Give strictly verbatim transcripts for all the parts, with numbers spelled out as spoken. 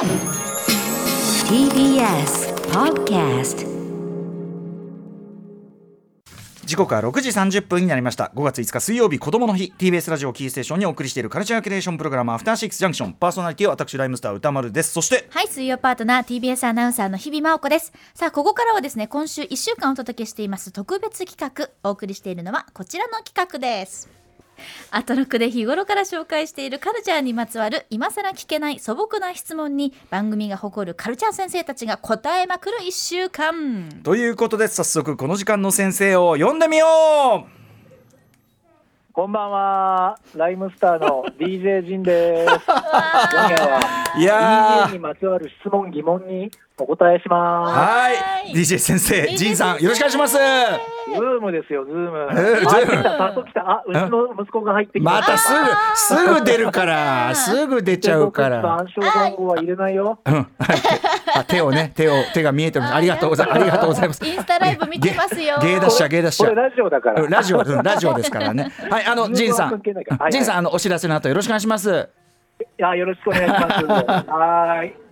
ティービーエス Podcast。 時刻はろくじさんじゅっぷんになりました。ごがついつか水曜日、こどもの日。 ティービーエス ラジオキーステーションにお送りしているカルチャーキュレーションプログラム、アフターシックスジャンクション。パーソナリティは私ライムスター歌丸です。そしてはい、水曜パートナー ティービーエス アナウンサーの日々真央子です。さあ、ここからはですね、今週いっしゅうかんお届けしています特別企画、お送りしているのはこちらの企画です。アトロクで日頃から紹介しているカルチャーにまつわる今更聞けない素朴な質問に、番組が誇るカルチャー先生たちが答えまくるいっしゅうかんということで、早速この時間の先生を呼んでみよう。 こんばんは、ライムスターの ディージェー ジンです。今夜はいやディージェー にまつわる質問疑問にお答えします。 はい、 ディージェー 先生、ジンさんよろしくお願いします。 ズームですよ、ズーム。 えー入ってきた、早速来た。あ、うちの息子が入ってきました。 またすぐすぐ出るからすぐ出ちゃうから暗証番号は入れないよ。 うん、はい、あ、手をね、手を手が見えてます。ありがとうございます。ありがとうございます。 インスタライブ見てますよ。 芸達者芸達者。 これラジオだから。 ラジオ、うん、ラジオですからね。はい、あのジンさん、 はいはい、 ジンさん、あのお知らせの後よろしくお願いします。 いや、よろしくお願いします。はーい。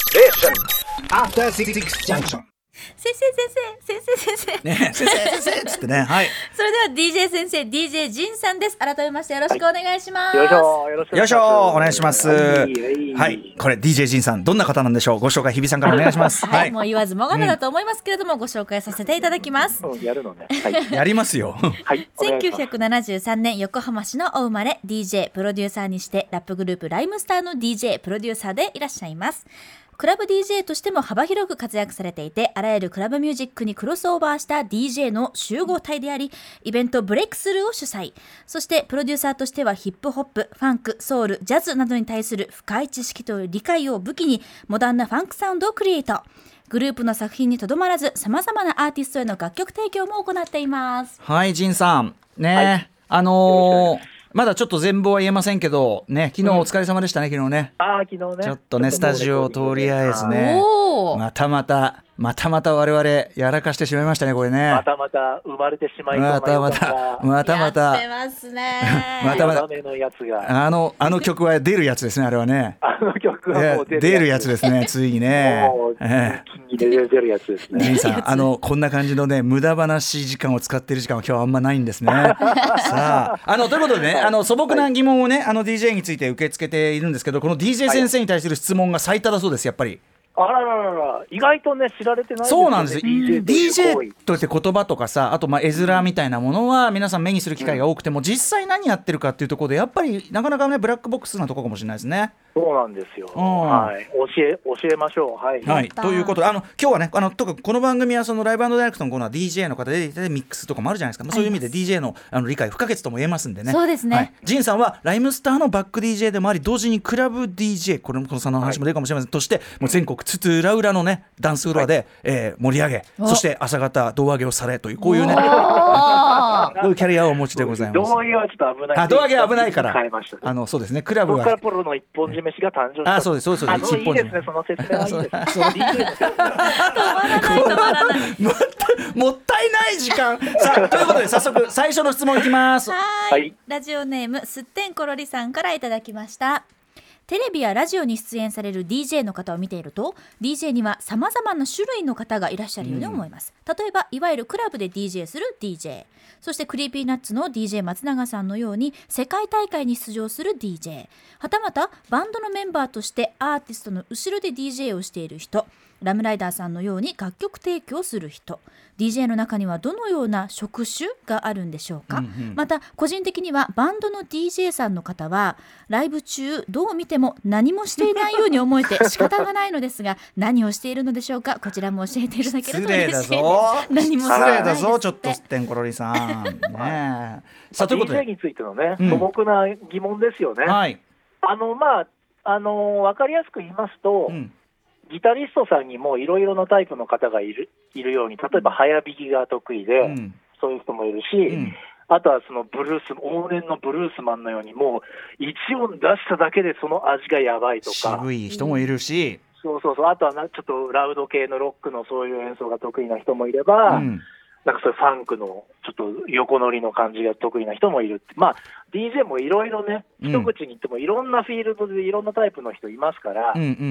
After シックスジャンクション。 先生先生先生先生、 ね、先生先生つってね、はい。 それでは ディージェー 先生、 ディージェー ジンさんです。改めましてよろしくお願いします。 よいしょ、よろしくよいしょ、お願いします。 はい、 はい、これ ディージェー ジンさん、どんな方なんでしょう。ご紹介日比さんからお願いします。 はい、もう言わずもがなだと思いますけれども、うん、ご紹介させていただきます。 うん、やるのね。はい、 やりますよ。 はい、 せんきゅうひゃくななじゅうさんねん横浜市のお生まれ、 ディージェー プロデューサーにしてラップグループライムスターの ディージェー プロデューサーでいらっしゃいます。クラブ ディージェー としても幅広く活躍されていて、あらゆるクラブミュージックにクロスオーバーした ディージェー の集合体であり、イベントブレイクスルーを主催。そしてプロデューサーとしてはヒップホップ、ファンク、ソウル、ジャズなどに対する深い知識と理解を武器に、モダンなファンクサウンドをクリエイト。グループの作品にとどまらず、さまざまなアーティストへの楽曲提供も行っています。 はい、ジンさんね、はい、あのーまだちょっと全貌は言えませんけどね、昨日お疲れ様でしたね、うん、昨日ね。 あ、昨日ね。 ちょっとね、スタジオをとりあえずね、またまたまたまた我々やらかしてしまいましたね、これね。 またまた生まれてしまいそうなまたまたまたまたやってますね。 またまたのやつが、 あのあの曲は出るやつですね、あれはね。 あの曲はもう出るやつ、 出るやつですね、ついにね。 もう一気に出るやつですね。 ジンさん、あのこんな感じのね、無駄話時間を使っている時間は今日はあんまないんですね。さあ、あのということでね、あの素朴な疑問をね、あの ディージェー について受け付けているんですけど、この ディージェー 先生に対する質問が最多だそうです、やっぱり。 あらららら、意外とね知られてないですよね。 そうなんですよ。 ディージェー として言葉とかさ、あとまあ絵面みたいなものは皆さん目にする機会が多くても、実際何やってるかっていうところでやっぱりなかなかね、ブラックボックスなところかもしれないですね。 そうなんですよ、はい、教え教えましょう。はい、 はい、ということで、あの今日はね、あの特にこの番組はそのライブ&ダイレクトのコーナー ディージェー の方でミックスとかもあるじゃないですか、まあ、そういう意味で ディージェー の, あの理解不可欠とも言えますんでね。 そうですね、はい、 ジンさんはライムスターのバック ディージェー でもあり、同時にクラブ ディージェー、これもこのさんの話も出るかもしれません、はい、としてもう全国津々浦々のねダンスフロアで、はい、えー、盛り上げ、そして朝方胴上げをされという、こういうねそういうキャリアをお持ちでございます。 胴上げはちょっと危ない。 あ、胴上げは危ないから、 変えました。 あのそうですね、クラブはそこからプロの一本締めしが誕生した。 あ、そうですそうです、 あのいいですね、その説明はいいですね。 止まらない止まらないもったもったいない時間。さあ、ということで早速最初の質問いきます。 はい、はい、ラジオネームすってんころりさんからいただきました。テレビやラジオに出演される ディージェー の方を見ていると、 ディージェー には様々な種類の方がいらっしゃるように思います、うん、例えばいわゆるクラブで ディージェー する ディージェー、 そしてクリーピーナッツの ディージェー 松永さんのように世界大会に出場する ディージェー、 はたまたバンドのメンバーとしてアーティストの後ろで ディージェー をしている人、ラムライダーさんのように楽曲提供する人、 ディージェー の中にはどのような職種があるんでしょうか、うんうん、また個人的にはバンドの ディージェー さんの方はライブ中どう見ても何もしていないように思えて仕方がないのですが、何をしているのでしょうか。こちらも教えていただけると嬉しいです。 失礼だぞ何も失礼だぞ、ちょっとすってんころりさんね。 さあ、ということで ディージェー についてのね、素朴な疑問ですよね、うん、はい、あのまああの分かりやすく言いますと、うん、ギタリストさんにもいろいろなタイプの方がいる、いるように、例えば早弾きが得意で、うん、そういう人もいるし、うん、あとはそのブルース、往年のブルースマンのようにもういち音出しただけでその味がやばいとか、 渋い人もいるし、 うん、そうそうそう、あとはなちょっとラウド系のロックのそういう演奏が得意な人もいれば、うん、なんかそういうファンクのちょっと横乗りの感じが得意な人もいるって、まあ ディージェー もいろいろね、一口に言ってもいろんなフィールドでいろんなタイプの人いますから、うんうん、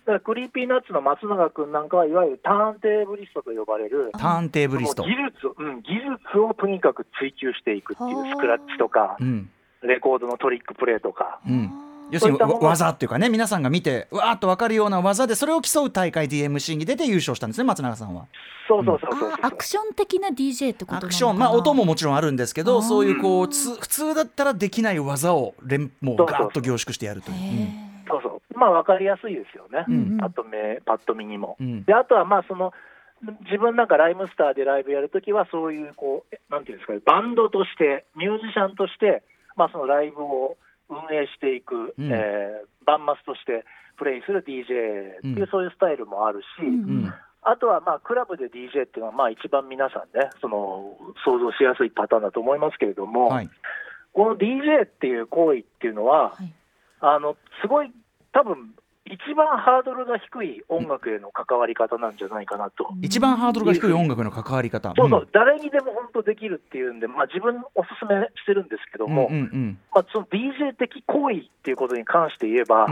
だからクリーピーナッツの松永君なんかはいわゆるターンテーブリストと呼ばれるターンテーブリスト技術を、うん、技術をとにかく追求していくっていうスクラッチとか、うん、レコードのトリックプレイとか、うん、 要するに技っていうかね、皆さんが見てうわーっと分かるような技でそれを競う大会 ディーエムシー に出て優勝したんですね、松永さんは。 そうそうそうそう、 うん、アクション的な ディージェーってことなのかな。 アクション、まあ音ももちろんあるんですけど、そういうこうつ普通だったらできない技を連もうガーッと凝縮してやるという。 そうそう、まあ分かりやすいですよね、うん、パッと目パッと見にも、うん、であとはまあその自分なんかライムスターでライブやるときはそういうこうなんていうんですかね、バンドとしてミュージシャンとしてまあそのライブを運営していく、うん、えー、バンマスとしてプレイする ディージェーっていう、うん、そういうスタイルもあるし、うん、あとはまあクラブで ディージェーっていうのはまあ一番皆さんねその想像しやすいパターンだと思いますけれども、はい、この ディージェー っていう行為っていうのは、はい、あのすごい多分一番ハードルが低い音楽への関わり方なんじゃないかなと。 一番ハードルが低い音楽への関わり方、 そうそう、うん、誰にでも本当できるっていうんで、まあ、自分おすすめしてるんですけども、うんうんうん、まあ、その ディージェー 的行為っていうことに関して言えば、うん、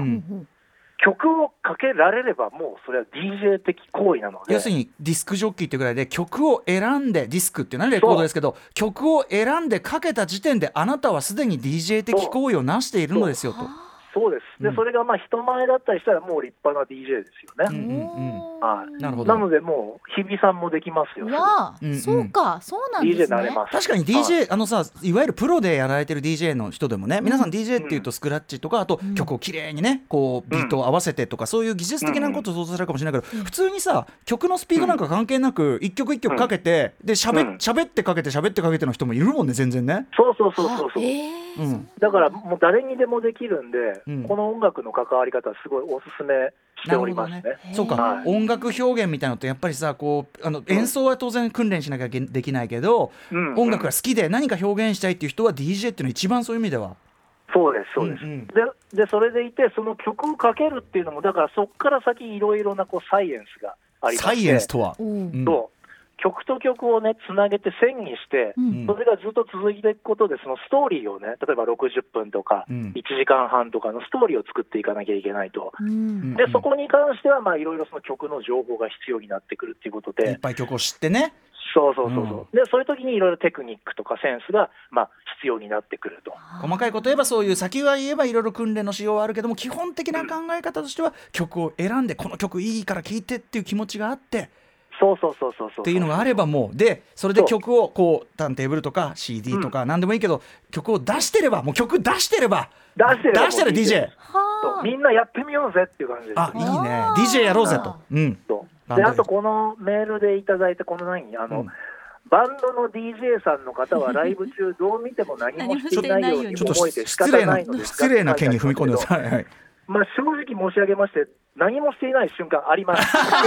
曲をかけられればもうそれは ディージェー 的行為なので、 要するにディスクジョッキーってぐらいで曲を選んで、ディスクっていうのはレコードですけど、曲を選んでかけた時点であなたはすでに ディージェー 的行為をなしているのですよと。 そうです。で、うん、それがまあ人前だったりしたらもう立派な ディージェー ですよね。うんうんうん、はい。なるほど。なのでもう日比さんもできますよ。 わあ、うんうん、そうか、そうなんですね。 ディージェー なれます。 確かに ディージェー、はい、あのさ、いわゆるプロでやられてる ディージェー の人でもね、うん、皆さん ディージェー っていうとスクラッチとか、あと曲をきれいにね、こうビートを合わせてとか、そういう技術的なことを想像されるかもしれないけど、うん、普通にさ、曲のスピードなんか関係なく一曲一曲かけて、で喋、喋ってかけて喋ってかけての人もいるもんね、全然ね。 そうそうそうそうそう。えーうん、だからもう誰にでもできるんで、うん、この音楽の関わり方はすごいおすすめしておりますね。 そうか、はい、音楽表現みたいなのってやっぱりさ、こうあの演奏は当然訓練しなきゃできないけど、うん、音楽が好きで何か表現したいっていう人は ディージェー っていうのは一番そういう意味ではそうですそうです、うんうん、で, でそれでいてその曲をかけるっていうのもだからそこから先いろいろなこうサイエンスがありまして、 サイエンスとは、 うん、そう曲と曲をねつなげて線にして、うん、それがずっと続いていくことでそのストーリーをね例えばろくじゅっぷんとか、うん、いちじかんはんとかのストーリーを作っていかなきゃいけないと、うん、でそこに関してはまあいろいろその曲の情報が必要になってくるっていうことで、 いっぱい曲を知ってね、 そうそうそうそう、うん、でそういう時にいろいろテクニックとかセンスがまあ必要になってくると。 細かいこと言えばそういう先は言えばいろいろ訓練の仕様はあるけども、基本的な考え方としては曲を選んでこの曲いいから聴いてっていう気持ちがあって、 そうそうそうそうそうっていうのがあればもうでそれで曲をこうターンテーブルとか シーディー とか何でもいいけど、うん、曲を出してればもう曲出してれば出してれば出したら ディージェーみんなやってみようぜっていう感じです。 あ、いいね、 ディージェー やろうぜと、うん、 であとこのメールでいただいたこの何あの、うん、バンドの ディージェー さんの方はライブ中どう見ても何もしていないように思えて仕方ないのです失礼な件に踏み込んでください、はい、 まあ、正直申し上げまして何もしていない瞬間あります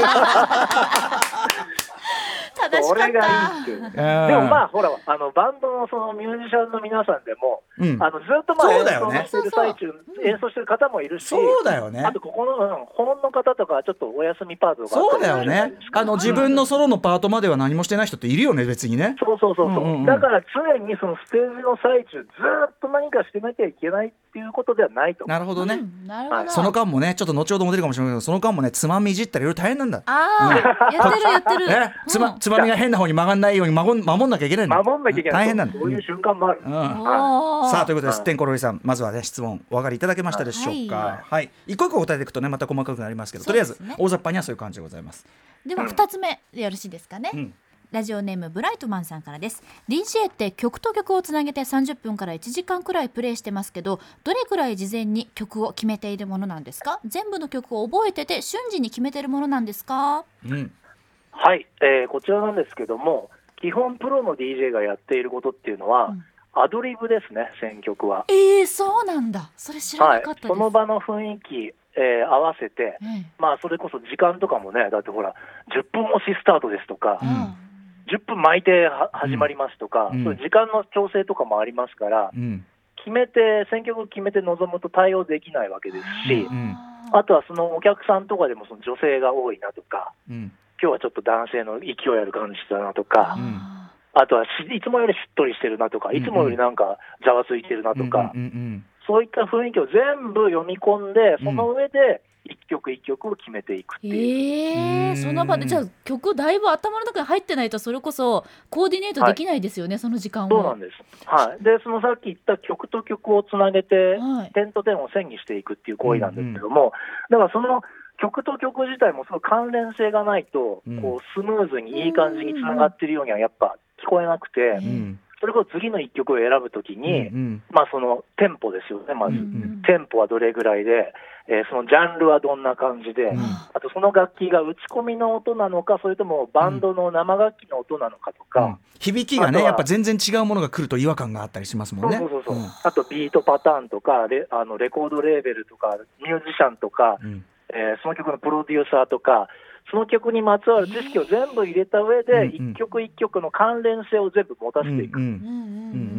正しかった。 それがいいっていう。でもまあほらあのバンドのそのミュージシャンの皆さんでも、うん、あのずっとまあ演奏してる最中、演奏してる方もいるし、 そうだよね。 あとここの、うん、ホーンの方とかちょっとお休みパートがそうだよね。あの自分のソロのパートまでは何もしてない人っているよね、別にね。 そうそうそうそう、うんうんうん、だから常にそのステージの最中ずっと何かしてなきゃいけないっていうことではないと。 なるほどね、 うん、なるほど、はい、 その間もねちょっと後ほども出るかもしれないけど、その間もねつまみいじったりいろいろ大変なんだ。 あ、うん、やってるやってる、 ね、つま、つまみが変な方に曲がんないように守んなきゃいけないの。 守んなきゃいけない。 大変なんだ。 そういう瞬間もある、うんはい、さあということで、すってんころりさん、まずはね質問お分かりいただけましたでしょうか。はい、はい、一個一個答えていくとねまた細かくなりますけど、ね、とりあえず大雑把にはそういう感じでございます。 ではふたつめでよろしいですかね、うん、ラジオネームブライトマンさんからです。 ディージェー って曲と曲をつなげてさんじゅっぷんからいちじかんくらいプレイしてますけど、どれくらい事前に曲を決めているものなんですか？全部の曲を覚えてて瞬時に決めてるものなんですか？ うん、はい、えー、こちらなんですけども、基本プロの ディージェー がやっていることっていうのは、うん、アドリブですね、選曲は。 えー、そうなんだ。それ知らなかったです。 はい、その場の雰囲気、えー、合わせて、うん、まあそれこそ時間とかもね、だってほらじゅっぷん押しスタートですとか、うん、じゅっぷん巻いては始まりますとか、うん、そういう時間の調整とかもありますから、うん、決めて選曲を決めて臨むと対応できないわけですし、うん、あとはそのお客さんとかでもその女性が多いなとか、うん、今日はちょっと男性の勢いある感じだなとか、うん、あとはいつもよりしっとりしてるなとか、いつもよりなんかざわついてるなとか、うんうんうんうん、そういった雰囲気を全部読み込んで、その上で一曲一曲を決めていくっていう。 えー、その場でじゃあ曲だいぶ頭の中に入ってないとそれこそコーディネートできないですよね、はい、その時間は。 そうなんです、はい、でそのさっき言った曲と曲をつなげて、 はい、 点と点を線にしていくっていう行為なんですけども、うんうん、だからその曲と曲自体もすごい関連性がないと、うん、こうスムーズにいい感じにつながっているようにはやっぱ聞こえなくて、うん、それこそ次のいっきょくを選ぶときに、うんうん、まあ、そのテンポですよね、まず、うんうん、テンポはどれぐらいで、えー、そのジャンルはどんな感じで、うん、あとその楽器が打ち込みの音なのか、それともバンドの生楽器の音なのかとか、うん、 響きがねやっぱ全然違うものが来ると違和感があったりしますもんね。 そうそうそう、 うん、 あとビートパターンとかレ、あのレコードレーベルとかミュージシャンとか、うん、えー、その曲のプロデューサーとか、その曲にまつわる知識を全部入れた上で、一曲一曲の関連性を全部持たせていく、うんうん、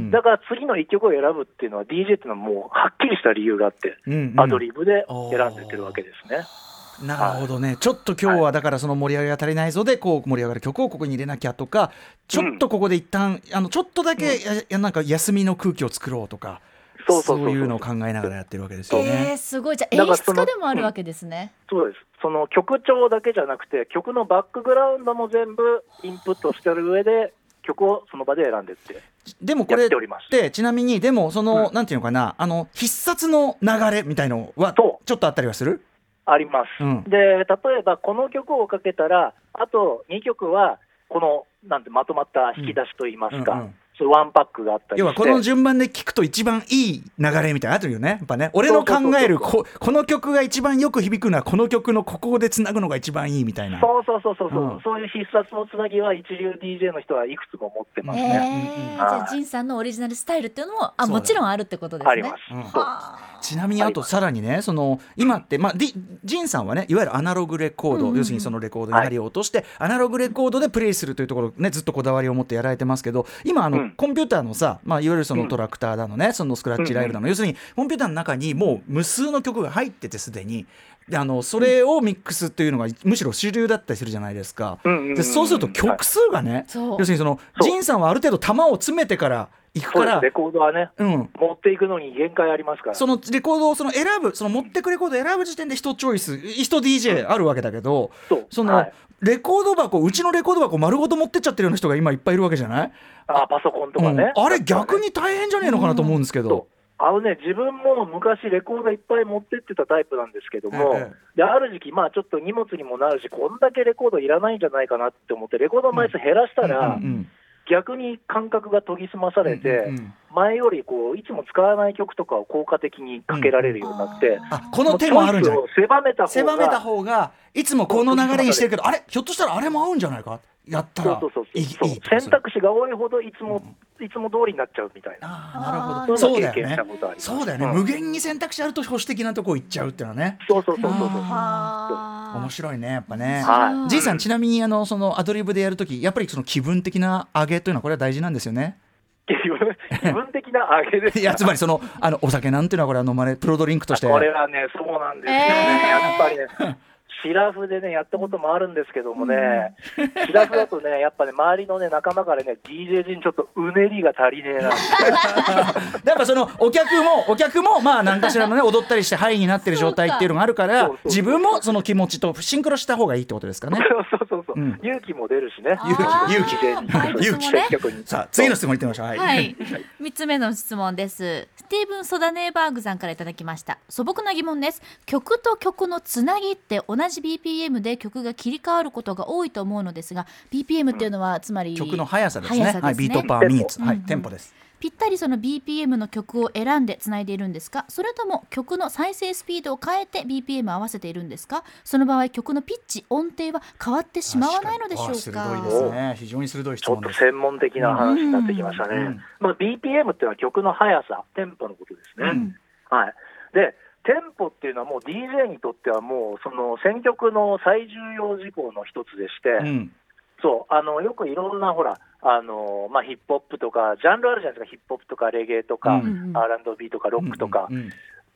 だから次の一曲を選ぶっていうのは ディージェー っていうのはもうはっきりした理由があって、うんうん、アドリブで選んでいってるわけですね。 なるほどね、はい、ちょっと今日はだからその盛り上げが足りないぞでこう盛り上がる曲をここに入れなきゃとか、ちょっとここで一旦、うん、あのちょっとだけや、やなんか休みの空気を作ろうとか、そうそうそうそう、そういうのを考えながらやってるわけですよね。 えー、すごい。じゃあ演出家でもあるわけですね。 うん、そうです。その曲調だけじゃなくて曲のバックグラウンドも全部インプットしてる上で曲をその場で選んでってでもこれってちなみにでもその、うん、なんていうのかな、あの必殺の流れみたいのはちょっとあったりはする？ あります、うん、で例えばこの曲をかけたらあとにきょくはこのなんてまとまった引き出しといいますか、うんうんうん、そうワンパックがあったりして、 要はこの順番で聴くと一番いい流れみたいなのあるよね、やっぱね。俺の考える こ, この曲が一番よく響くのはこの曲のここでつなぐのが一番いいみたいな。 そうそうそうそうそう、うん、そういう必殺のつなぎは一流 ディージェー の人はいくつも持ってますね。 えーうんうん、じゃあジンさんのオリジナルスタイルっていうのもあもちろんあるってことですね。 あります、うん、 ちなみにあとさらにね、その今って、まあ、ジンさんはねいわゆるアナログレコード、うんうん、要するにそのレコードに針を落として、はい、アナログレコードでプレイするというところねずっとこだわりを持ってやられてますけど、今あの、うん、コンピューターのさ、まあ、いわゆるそのトラクターだのね、うん、そのスクラッチライブだの、うん、要するにコンピューターの中にもう無数の曲が入っててすでにであのそれをミックスというのがむしろ主流だったりするじゃないですか、うん、でそうすると曲数がね、はい、要するにそのジンさんはある程度弾を詰めてから行くからレコードはね、うん、持っていくのに限界ありますから、 そのレコードをその選ぶその持ってくレコードを選ぶ時点で一チョイス一 ディージェー あるわけだけど、うん、その、はい、レコード箱うちのレコード箱丸ごと持ってっちゃってるような人が今いっぱいいるわけじゃない？ あパソコンとかね、 うん、あれ逆に大変じゃねえのかなと思うんですけど、 うん、あのね、自分も昔レコードいっぱい持ってってたタイプなんですけども、ええ、である時期、まあ、ちょっと荷物にもなるしこんだけレコードいらないんじゃないかなって思ってレコードの枚数減らしたら、うんうんうん、逆に感覚が研ぎ澄まされて、うんうんうん、前よりこういつも使わない曲とかを効果的にかけられるようになって、うん、 あこの手もあるんじゃない、 狭めた方が狭めた方がいつもこの流れにしてるけどあれひょっとしたらあれも合うんじゃないかやったらいい選択肢が多いほどいつも、うん、いつも通りになっちゃうみたいな。 あなるほど、そうだよね、そうだよね、うん、無限に選択肢あると保守的なとこ行っちゃうっていうのはね。 そうそうそうそうそう面白いねやっぱね。じいさんちなみにあのそのアドリブでやるときやっぱりその気分的な上げというのはこれは大事なんですよね。 気分, 気分的な上げですいやつまりそのあのお酒なんていうのはこれは飲まれプロドリンクとしてこれはねそうなんですよね、えー、やっぱりねシラフでねやったこともあるんですけどもね、うん、シラフだとねやっぱね周りのね仲間からね ディージェー 陣ちょっとうねりが足りねえなやっぱそのお客もお客もまあ何かしらのね踊ったりしてハイになってる状態っていうのがあるから自分もその気持ちとシンクロした方がいいってことですかね。 そうそうそう、うん、勇気も出るしね勇気勇気勇気、ね、さあ次の質問いってみましょう。はい、 はい、みっつめの質問です。スティーブン・ソダネーバーグさんからいただきました。素朴な疑問です。曲と曲のつなぎって同じ ビーピーエム で曲が切り替わることが多いと思うのですが ビーピーエム っていうのはつまり曲の速さです ね, ですね、はい、ビートパーミニッツ、はい、テンポです。 ぴったりその ビーピーエム の曲を選んでつないでいるんですか、それとも曲の再生スピードを変えて ビーピーエム 合わせているんですか、その場合曲のピッチ音程は変わってしまわないのでしょうか。 鋭いですね、非常に鋭い質問です。 ちょっと専門的な話になってきましたね、うんまあ、ビーピーエム っていうのは曲の速さテンポのことですね、うんはい、でテンポっていうのはもう ディージェー にとってはもうその選曲の最重要事項の一つでして、うん、そうあのよくいろんなほらあの、まあ、ヒップホップとかジャンルあるじゃないですか。ヒップホップとかレゲエとか、うん、アールアンドビー とかロックとか、うんうんうん、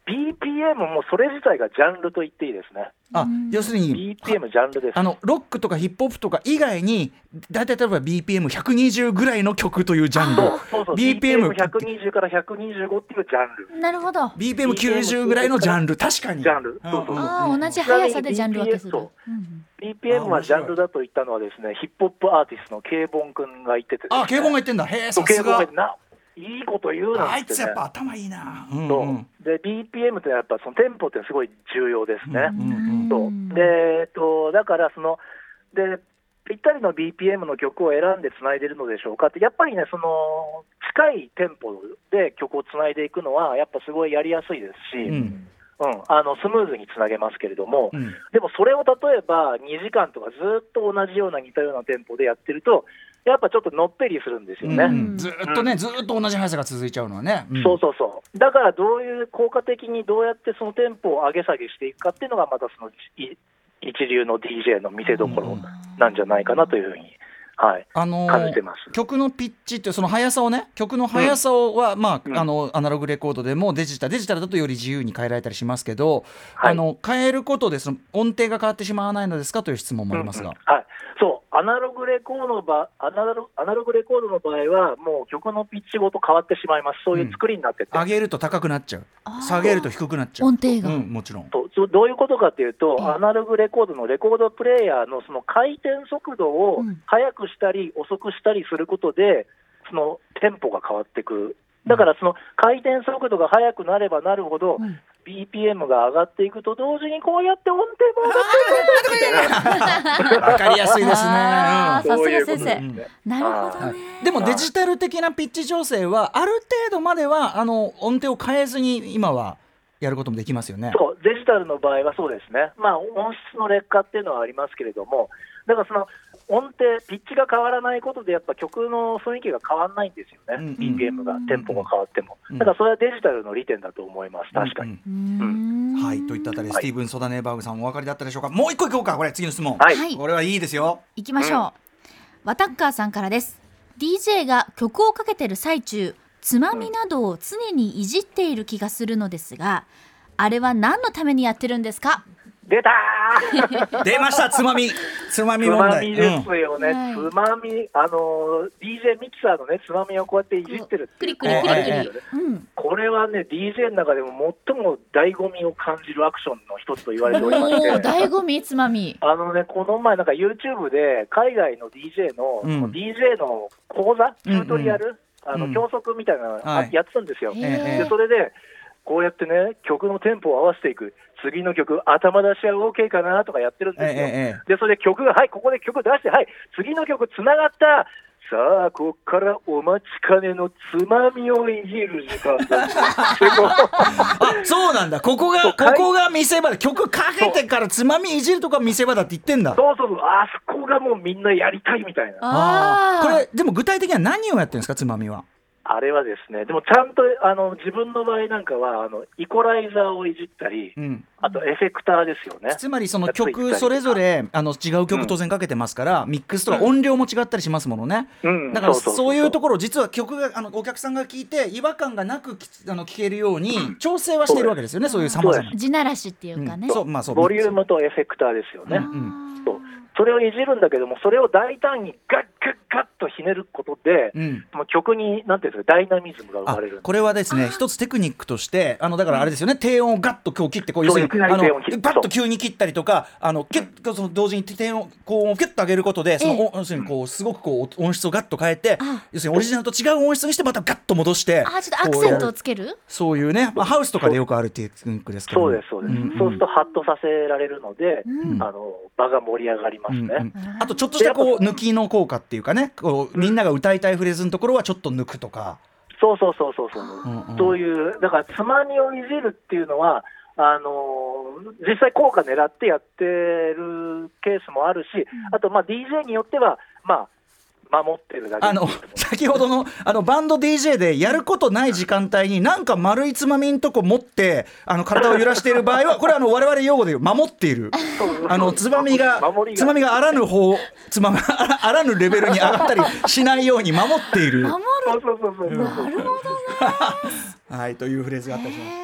ビーピーエム もそれ自体がジャンルと言っていいですね。 あ、要するにビーピーエム ジャンルです。 あのロックとかヒップホップとか以外にだいたい例えば ビーピーエムひゃくにじゅう ぐらいの曲というジャンル。 そうそうそう ビーピーエムひゃくにじゅう からひゃくにじゅうごっていうジャンル。 なるほど。 ビーピーエムきゅうじゅう ぐらいのジャンル。確かにジャンル。そうそうそう。 あ同じ速さでジャンル分けする。 そう ビーピーエム はジャンルだと言ったのはですね、ヒップホップアーティストのケイボン君が言っててですね、 あ、ケイボンが言ってんだ。へえ、さすが。いいこと言うなって、ね、 あいつやっぱ頭いいな、うんうん、 そうで ビーピーエム ってやっぱそのテンポってすごい重要ですね、 うんうんうん、 そうで、えっと、だからそのでぴったりの ビーピーエム の曲を選んでつないでるのでしょうかって、やっぱりねその近いテンポで曲をつないでいくのはやっぱすごいやりやすいですし、うんうん、あのスムーズにつなげますけれども、うん、でもそれを例えばにじかんとかずっと同じような似たようなテンポでやってるとやっぱちょっとのっぺりするんですよね、 うんうん、ずっとね、うん、ずっと同じ速さが続いちゃうのはね、 うん、そうそうそう。だからどういう効果的にどうやってそのテンポを上げ下げしていくかっていうのがまたその一流の ディージェー の見せ所なんじゃないかなというふうに、はい、あのー、感じてます。 曲のピッチってその速さをね、曲の速さをは、うん、まあ、うん、あのアナログレコードでもデジタルデジタルだとより自由に変えられたりしますけど、はい、あの変えることでその音程が変わってしまわないのですかという質問もありますが、 うんうん、はい、そうアナログレコードの場アナロアナログレコードの場合はもう曲のピッチごと変わってしまいます。そういう作りになってて、うん、 上げると高くなっちゃう、下げると低くなっちゃう、 音程が、 うん、もちろん。 とどういうことかというと、うん、アナログレコードのレコードプレーヤーのその回転速度を速くしたり遅くしたりすることでそのテンポが変わってくる。だからその回転速度が速くなればなるほど、うん、ビーピーエム が上がっていくと同時にこうやって音程も上がっていくみたいな。 わかりやすいですね。 さすが先生、うん、なるほどね。 でもデジタル的なピッチ調整はある程度まではあの音程を変えずに今はやることもできますよね。 そうデジタルの場合はそうですね。まあ音質の劣化っていうのはありますけれども、だからその音程ピッチが変わらないことでやっぱ曲の雰囲気が変わらないんですよね、うんうん、ビーピーエム がテンポが変わっても、うん、だからそれはデジタルの利点だと思います。確かに、 うんうん、はいといったあたり、はい、スティーブン・ソダネーバーグさんお分かりだったでしょうか。もう一個いこうか。これ次の質問、 はい、 これはいいですよ。 いきましょう、うん、ワタッカーさんからです。 ディージェー が曲をかけてる最中つまみなどを常にいじっている気がするのですが、あれは何のためにやってるんですか？ 出たー出ましたつまみつまみ問題。 つまみですよね、うん、つまみあの ディージェー ミキサーのねつまみをこうやっていじってるっていう、 クリクリクリクリ、うん、 これはね ディージェー の中でも最も醍醐味を感じるアクションの一つと言われておりまして醍醐味つまみあのねこの前なんか YouTube で海外の ディージェー の、うん、ディージェー の講座チュートリアル、うんうん、あの教則みたいなの、うん、やってたんですよ、はい、でそれでこうやってね曲のテンポを合わせていく、次の曲頭出しは OK かなとかやってるんですよ、ええ、でそれで曲がはいここで曲出してはい次の曲つながった、さあここからお待ちかねのつまみをいじる時間だあそうなんだ、ここがここが見せ場だ、曲かけてからつまみいじるとか見せ場だって言ってんだ。 そうそうそう、あそこがもうみんなやりたいみたいな。 あこれでも具体的には何をやってるんですかつまみは。 あれはですね、でもちゃんとあの自分の場合なんかはあのイコライザーをいじったり、うん、あとエフェクターですよね。 つまりその曲それぞれあの違う曲当然かけてますから、うん、ミックスとか音量も違ったりしますものね、うん、だからそういうところ実は曲があのお客さんが聴いて違和感がなくあの聴けるように調整はしているわけですよね、うん、そういうさまざまな地ならしっていうかね、 うんそうまあ、そうボリュームとエフェクターですよね、うんうん、そうそれをいじるんだけども、それを大胆にガッガッガッとひねることで、うん、もう曲になんていうんですかダイナミズムが生まれるんです。 これはですね一つテクニックとしてあのだからあれですよね、低音をガッとこう切ってこう要するにあのバッと急に切ったりとかあのキュッとその同時に低音高音をキュッと上げることでその要するにこうすごくこう音質をガッと変えて要するにオリジナルと違う音質にしてまたガッと戻してあちょっとアクセントをつけるそういうね、まあ、ハウスとかでよくあるテクニックですけど、 そうですそうです、うんうん、そうするとハッとさせられるので、うん、あの場が盛り上がりますね、うんうん、 あとちょっとしたこう抜きの効果っていうかねこうみんなが歌いたいフレーズのところはちょっと抜くとか、 そうそうそうそうそう、うんうん、そういうだからつまみをいじるっていうのはあの実際効果狙ってやってるケースもあるし、あとまあ ディージェー によってはまあ守ってるだけ。 あの先ほど の, あのバンド ディージェー でやることない時間帯になんか丸いつまみんとこ持ってあの体を揺らしている場合はこれはあの我々用語でいう守っているあのつまみがつまみがあらぬ方つまみあらぬレベルに上がったりしないように守っている守るそうそうそうそうなるほどねはいというフレーズがあったりします。 あ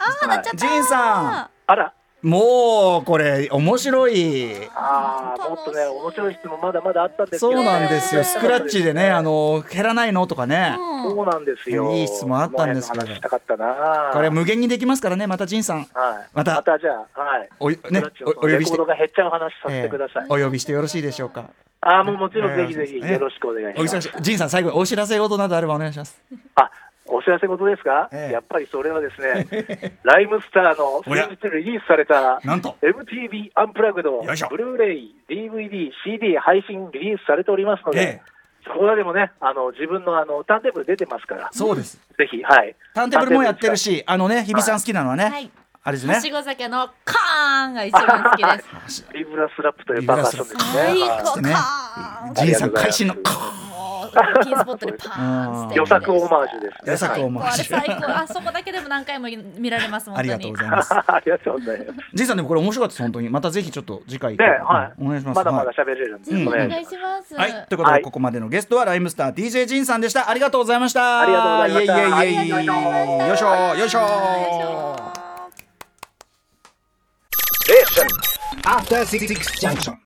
あなっちゃった。 ジンさん、 あら、 もうこれ面白い。 ああ、もっとね面白い質問まだまだあったんですけど、 そうなんですよ。スクラッチでね、あの減らないのとかね、 うんそうなんですよ。 いい質問あったんですけど、 この辺の話したかったな。 これ無限にできますからね。またジンさん、 はい、 またまたじゃあ、はい、 おねスクラッチのおお呼びしてレコードが減っちゃう話させてください。 えーお呼びしてよろしいでしょうか。 ああ、もうもちろんぜひぜひえーよろしくお願いします。 お忙しいジンさん、最後お知らせ事などあればお願いします。 あ、お知らせ事ですか、 ええやっぱりそれはですね、ライムスターのおや先日リリースされたなんとエムティーブイ アンプラグド、 よいしょブルーレイ、ディーブイディー、シーディー 配信リリースされておりますので、 ええそこでもね、あの自分のあのターンテーブル出てますから、 そうです。 ぜひ、はい、 ターンテーブルもやってるし、あのね、日比さん好きなのはね、 はい。 あれですねはしご酒のカーンが一番好きです。 ビブラスラップというパーカッションですね。 最はい高ねカーン。 ジンさん会心のありがとうございもうキースポットでパーンって。 予作オマージュですね。 予作オマージュあれ最高。あそこだけでも何回も見られます。 ありがとうございます。 ありがとうございます。 ジンさんでもこれ面白かったです本当に。またぜひちょっと次回、 ね、はい、 うんお願いします。 まだまだは喋れるんで、 ぜひおお願い願いします。 します。 い、はい、ということで、 はいここまでのゲストはライムスター ディージェー ジンさんでした。ありがとうございました。 ありがとうございましたいえいえいえいえありがとうございましたよいしょよいしょ。 よいしょ。 After Six Junction.